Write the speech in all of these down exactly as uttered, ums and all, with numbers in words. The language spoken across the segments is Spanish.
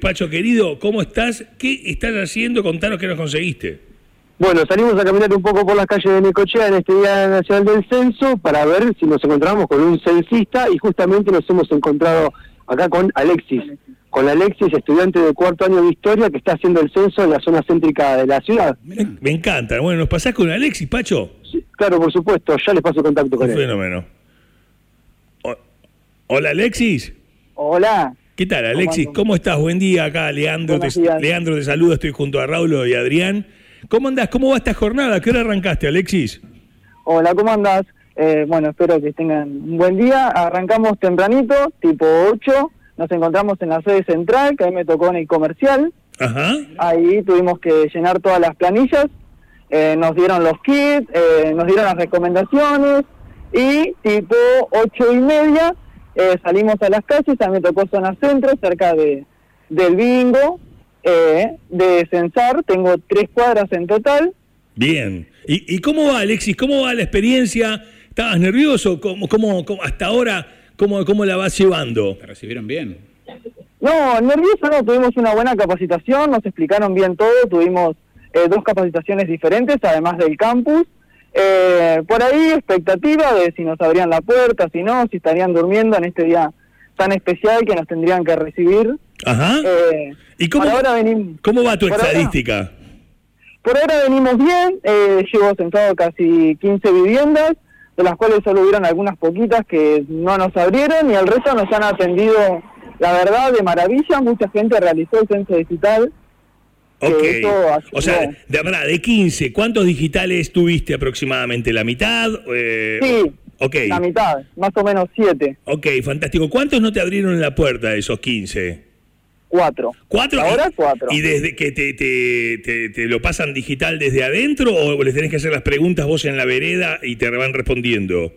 Pacho querido, ¿cómo estás? ¿Qué estás haciendo? Contanos qué nos conseguiste. Bueno, salimos a caminar un poco por las calles de Necochea en este Día Nacional del Censo para ver si nos encontramos con un censista y justamente nos hemos encontrado acá con Alexis. Con Alexis, estudiante de cuarto año de Historia que está haciendo el censo en la zona céntrica de la ciudad. Me, me encanta. Bueno, ¿nos pasás con Alexis, Pacho? Sí, claro, por supuesto, ya les paso contacto con un él. Fenómeno. O, hola, Alexis. Hola. ¿Qué tal, Alexis? ¿Cómo, ¿Cómo estás? Buen día acá, Leandro. Te, Leandro te saluda, estoy junto a Raúl y Adrián. ¿Cómo andás? ¿Cómo va esta jornada? ¿A qué hora arrancaste, Alexis? Hola, ¿cómo andás? Eh, bueno, espero que tengan un buen día. Arrancamos tempranito, tipo ocho. Nos encontramos en la sede central, que a mí me tocó en el comercial. Ajá. Ahí tuvimos que llenar todas las planillas. Eh, nos dieron los kits, eh, nos dieron las recomendaciones. Y tipo ocho y media eh, salimos a las calles. A mí me tocó zona centro, cerca de del bingo. Eh, de censar, tengo tres cuadras en total. Bien. ¿Y, y cómo va, Alexis? ¿Cómo va la experiencia? ¿Estabas nervioso? ¿Cómo, cómo, cómo hasta ahora, cómo, cómo la vas llevando? ¿Te recibieron bien? No, nervioso no, tuvimos una buena capacitación, nos explicaron bien todo, tuvimos eh, dos capacitaciones diferentes, además del campus. Eh, por ahí, expectativa de si nos abrían la puerta, si no, si estarían durmiendo en este día tan especial que nos tendrían que recibir. Ajá. Eh, ¿Y cómo, ahora venimos, cómo va tu por estadística? Ahora, por ahora venimos bien, eh, llevo censado casi quince viviendas, de las cuales solo hubieron algunas poquitas que no nos abrieron y el resto nos han atendido, la verdad, de maravilla. Mucha gente realizó el censo digital. Ok, o sea, de verdad, de quince, ¿cuántos digitales tuviste aproximadamente? ¿La mitad? Eh, sí, okay. La mitad, más o menos siete. Ok, fantástico. ¿Cuántos no te abrieron la puerta de esos quince? Cuatro. ¿Cuatro? Ahora cuatro. ¿Y desde que te, te, te, te lo pasan digital desde adentro o les tenés que hacer las preguntas vos en la vereda y te van respondiendo?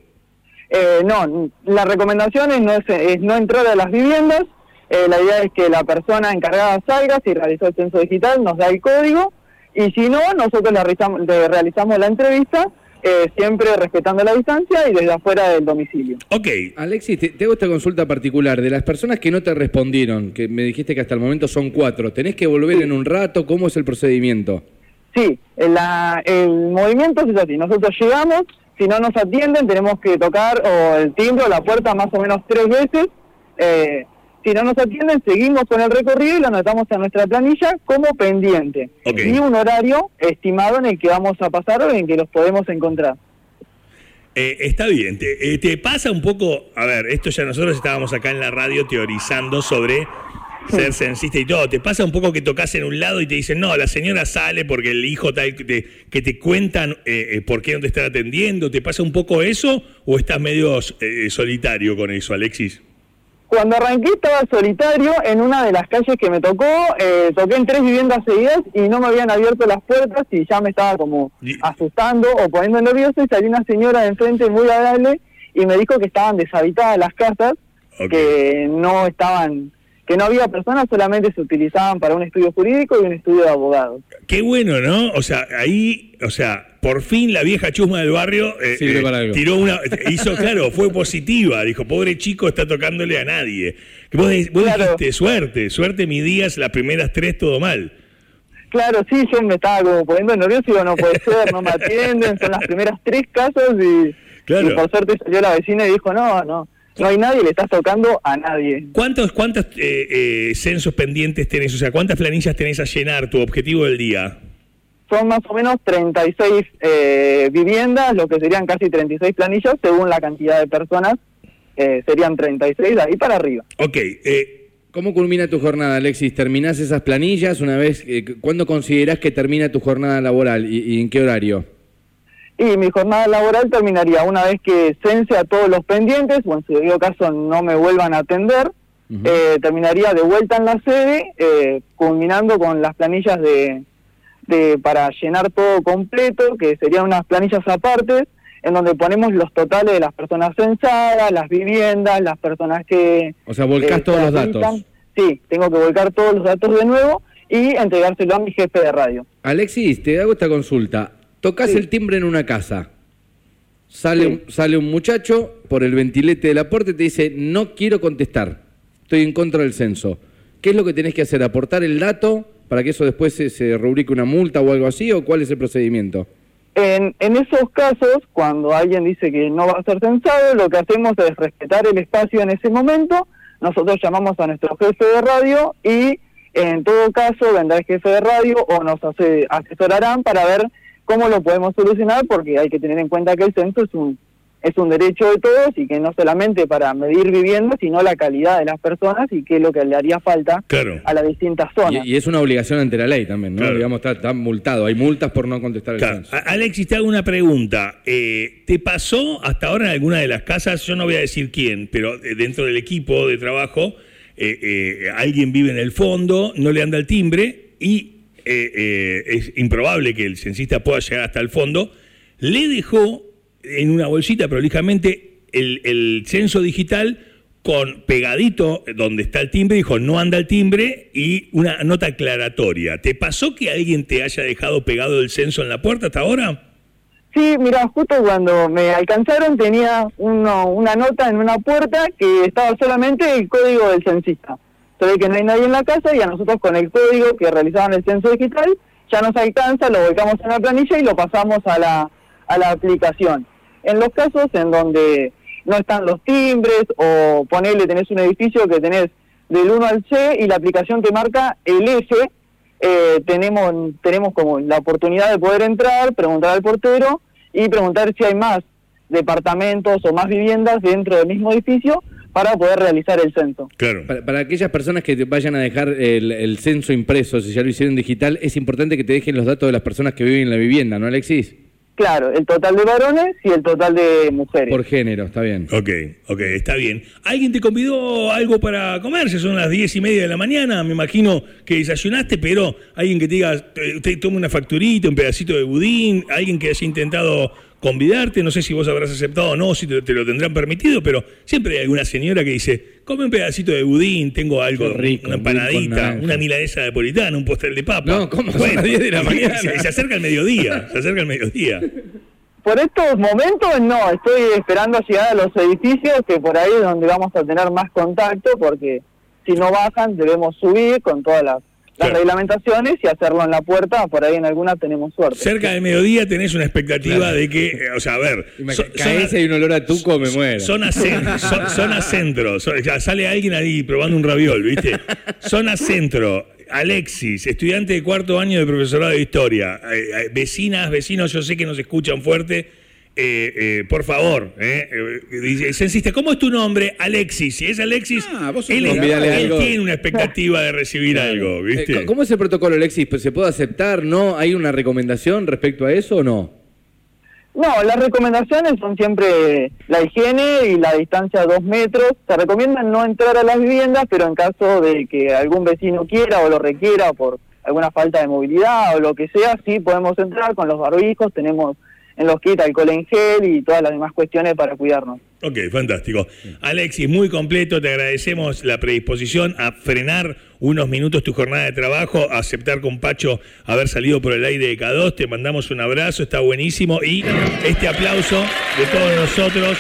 Eh, no, la recomendación es no, es, es no entrar a las viviendas. Eh, la idea es que la persona encargada salga, si realizó el censo digital, nos da el código, y si no, nosotros le realizamos, le realizamos la entrevista, eh, siempre respetando la distancia y desde afuera del domicilio. Ok. Alexis, te, te hago esta consulta particular. De las personas que no te respondieron, que me dijiste que hasta el momento son cuatro, ¿tenés que volver sí. en un rato? ¿Cómo es el procedimiento? Sí, la, el movimiento es así. Nosotros llegamos, si no nos atienden, tenemos que tocar o el timbre o la puerta más o menos tres veces. Eh, Si no nos atienden, seguimos con el recorrido y lo anotamos en nuestra planilla como pendiente. Okay. Y un horario estimado en el que vamos a pasar o en el que los podemos encontrar. Eh, está bien. Te, eh, te pasa un poco... A ver, esto ya nosotros estábamos acá en la radio teorizando sobre ser censista y todo. ¿Te pasa un poco que tocas en un lado y te dicen, no, la señora sale porque el hijo tal... Te, que te cuentan eh, eh, por qué no te están atendiendo? ¿Te pasa un poco eso o estás medio eh, solitario con eso, Alexis? Cuando arranqué estaba solitario en una de las calles que me tocó, eh, toqué en tres viviendas seguidas y no me habían abierto las puertas y ya me estaba como asustando o poniendo nervioso y salió una señora de enfrente muy agradable y me dijo que estaban deshabitadas las casas, okay. que no estaban, que no había personas, solamente se utilizaban para un estudio jurídico y un estudio de abogados. Qué bueno, ¿no? O sea, ahí, o sea, por fin la vieja chusma del barrio eh, Sirve para algo. tiró una, hizo, claro, fue positiva, dijo, pobre chico está tocándole a nadie. Vos, vos claro. dijiste, suerte, suerte mis días, las primeras tres todo mal. Claro, sí, yo me estaba como poniendo nervioso y digo, no puede ser, no me atienden, son las primeras tres casas y, claro. y por suerte salió la vecina y dijo, no, no. No hay nadie, le estás tocando a nadie. ¿Cuántos, cuántos eh, eh, censos pendientes tenés? O sea, ¿cuántas planillas tenés a llenar, tu objetivo del día? Son más o menos treinta y seis eh, viviendas, lo que serían casi treinta y seis planillas, según la cantidad de personas, eh, serían treinta y seis de ahí para arriba. Ok. Eh, ¿Cómo culmina tu jornada, Alexis? ¿Terminás esas planillas una vez? Eh, ¿Cuándo considerás que termina tu jornada laboral y, y en qué horario? Y mi jornada laboral terminaría una vez que cense a todos los pendientes, o en su debido caso no me vuelvan a atender, uh-huh. eh, terminaría de vuelta en la sede, eh, culminando con las planillas de... De, para llenar todo completo, que serían unas planillas aparte, en donde ponemos los totales de las personas censadas, las viviendas, las personas que... O sea, volcás eh, todos los datos. Sí, tengo que volcar todos los datos de nuevo y entregárselo a mi jefe de radio. Alexis, te hago esta consulta. Tocás sí. el timbre en una casa, sale, sí. sale un muchacho por el ventilete de la puerta y te dice, no quiero contestar, estoy en contra del censo. ¿qué es lo que tenés que hacer? ¿Aportar el dato para que eso después se, se rubrique una multa o algo así? ¿O cuál es el procedimiento? En, en esos casos, cuando alguien dice que no va a ser censado, lo que hacemos es respetar el espacio en ese momento. Nosotros llamamos a nuestro jefe de radio y en todo caso vendrá el jefe de radio o nos hace, asesorarán para ver cómo lo podemos solucionar, porque hay que tener en cuenta que el censo es un es un derecho de todos y que no solamente para medir viviendas, sino la calidad de las personas y qué es lo que le haría falta claro. a las distintas zonas. Y, y es una obligación ante la ley también, ¿no? Claro. Digamos, está, está multado, hay multas por no contestar el Claro. censo. Alexis, te hago una pregunta. Eh, ¿Te pasó hasta ahora en alguna de las casas, yo no voy a decir quién, pero dentro del equipo de trabajo, eh, eh, alguien vive en el fondo, no le anda el timbre y eh, eh, es improbable que el censista pueda llegar hasta el fondo, le dejó en una bolsita prolijamente el, el censo digital con pegadito donde está el timbre, dijo no anda el timbre y una nota aclaratoria? ¿Te pasó que alguien te haya dejado pegado el censo en la puerta hasta ahora? Sí, mira, justo cuando me alcanzaron tenía uno, una nota en una puerta que estaba solamente el código del censista. Se ve que no hay nadie en la casa y a nosotros con el código que realizaban el censo digital ya nos alcanza, lo volcamos en la planilla y lo pasamos a la, a la aplicación. En los casos en donde no están los timbres o ponele, tenés un edificio que tenés del uno al C y la aplicación te marca el F, eh, tenemos, tenemos como la oportunidad de poder entrar, preguntar al portero y preguntar si hay más departamentos o más viviendas dentro del mismo edificio para poder realizar el censo. Claro. Para, para aquellas personas que te vayan a dejar el, el censo impreso, si ya lo hicieron digital, es importante que te dejen los datos de las personas que viven en la vivienda, ¿no, Alexis? Claro, el total de varones y el total de mujeres. Por género, está bien. Ok, ok, está bien. ¿Alguien te convidó algo para comer? Ya son las diez y media de la mañana, me imagino que desayunaste, pero alguien que te diga, te, te tome una facturita, un pedacito de budín, alguien que haya intentado convidarte, no sé si vos habrás aceptado o no, si te, te lo tendrán permitido, pero siempre hay alguna señora que dice, come un pedacito de budín, tengo algo, rico, una empanadita, una milanesa napolitana, un pastel de papa. No, ¿cómo son las diez de la mañana? Se, se acerca el mediodía, se acerca el mediodía. Por estos momentos no, estoy esperando a llegar a los edificios, que por ahí es donde vamos a tener más contacto, porque si no bajan debemos subir con todas las, las Claro. reglamentaciones y hacerlo en la puerta, por ahí en alguna tenemos suerte. Cerca del mediodía tenés una expectativa Claro. de que, eh, o sea, a ver, so- Caes y hay un olor a tuco, me muero. Zona, cen- so- zona centro, so- ya sale alguien ahí probando un raviol, ¿viste? Zona centro, Alexis, estudiante de cuarto año de profesorado de historia, eh, eh, vecinas, vecinos, yo sé que nos escuchan fuerte, eh, eh, por favor, eh, eh, dice, censista, ¿cómo es tu nombre? Alexis, si es Alexis, Ah, vos sos él, un convidale él algo. tiene una expectativa de recibir algo, ¿viste? Eh, ¿Cómo es el protocolo, Alexis? ¿Se puede aceptar? ¿No? ¿Hay una recomendación respecto a eso o no? No, las recomendaciones son siempre la higiene y la distancia a dos metros. Se recomienda no entrar a las viviendas, pero en caso de que algún vecino quiera o lo requiera por alguna falta de movilidad o lo que sea, sí podemos entrar con los barbijos, tenemos en los kits alcohol en gel y todas las demás cuestiones para cuidarnos. Ok, fantástico. Alexis, muy completo, te agradecemos la predisposición a frenar unos minutos tu jornada de trabajo, a aceptar con Pacho haber salido por el aire de K dos, te mandamos un abrazo, está buenísimo, y este aplauso de todos nosotros,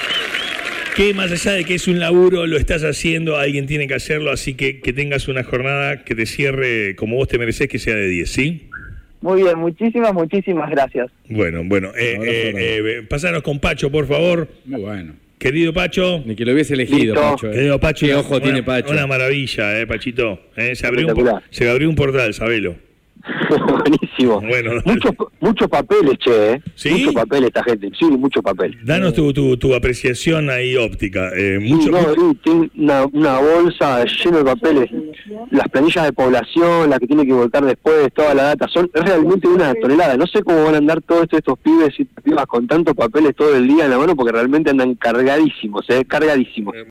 que más allá de que es un laburo, lo estás haciendo, alguien tiene que hacerlo, así que que tengas una jornada que te cierre como vos te mereces, que sea de diez, ¿sí? Muy bien, muchísimas, muchísimas gracias. Bueno, bueno, eh, Abrazo eh, grande. eh, pasanos con Pacho, por favor. Muy bueno. Querido Pacho. Ni que lo hubiese elegido, Listo. Pacho. ¿eh? Querido Pacho, Qué una- ojo una, tiene Pacho. Una maravilla, eh, Pachito. Eh, se, abrió un, por- Espectacular. se abrió un portal, sabelo. Buenísimo. Bueno, dale. Muchos muchos papeles, che, ¿eh? ¿Sí? Mucho papel esta gente, sí, mucho papel. Danos tu, tu, tu apreciación ahí óptica. Eh, Sí, mucho, no, sí, tiene una, una bolsa llena de papeles, las planillas de población, las que tiene que volcar después, toda la data, son realmente una tonelada. No sé cómo van a andar todos estos, estos pibes y pibas con tantos papeles todo el día en la mano, porque realmente andan cargadísimos, ¿eh? Cargadísimos.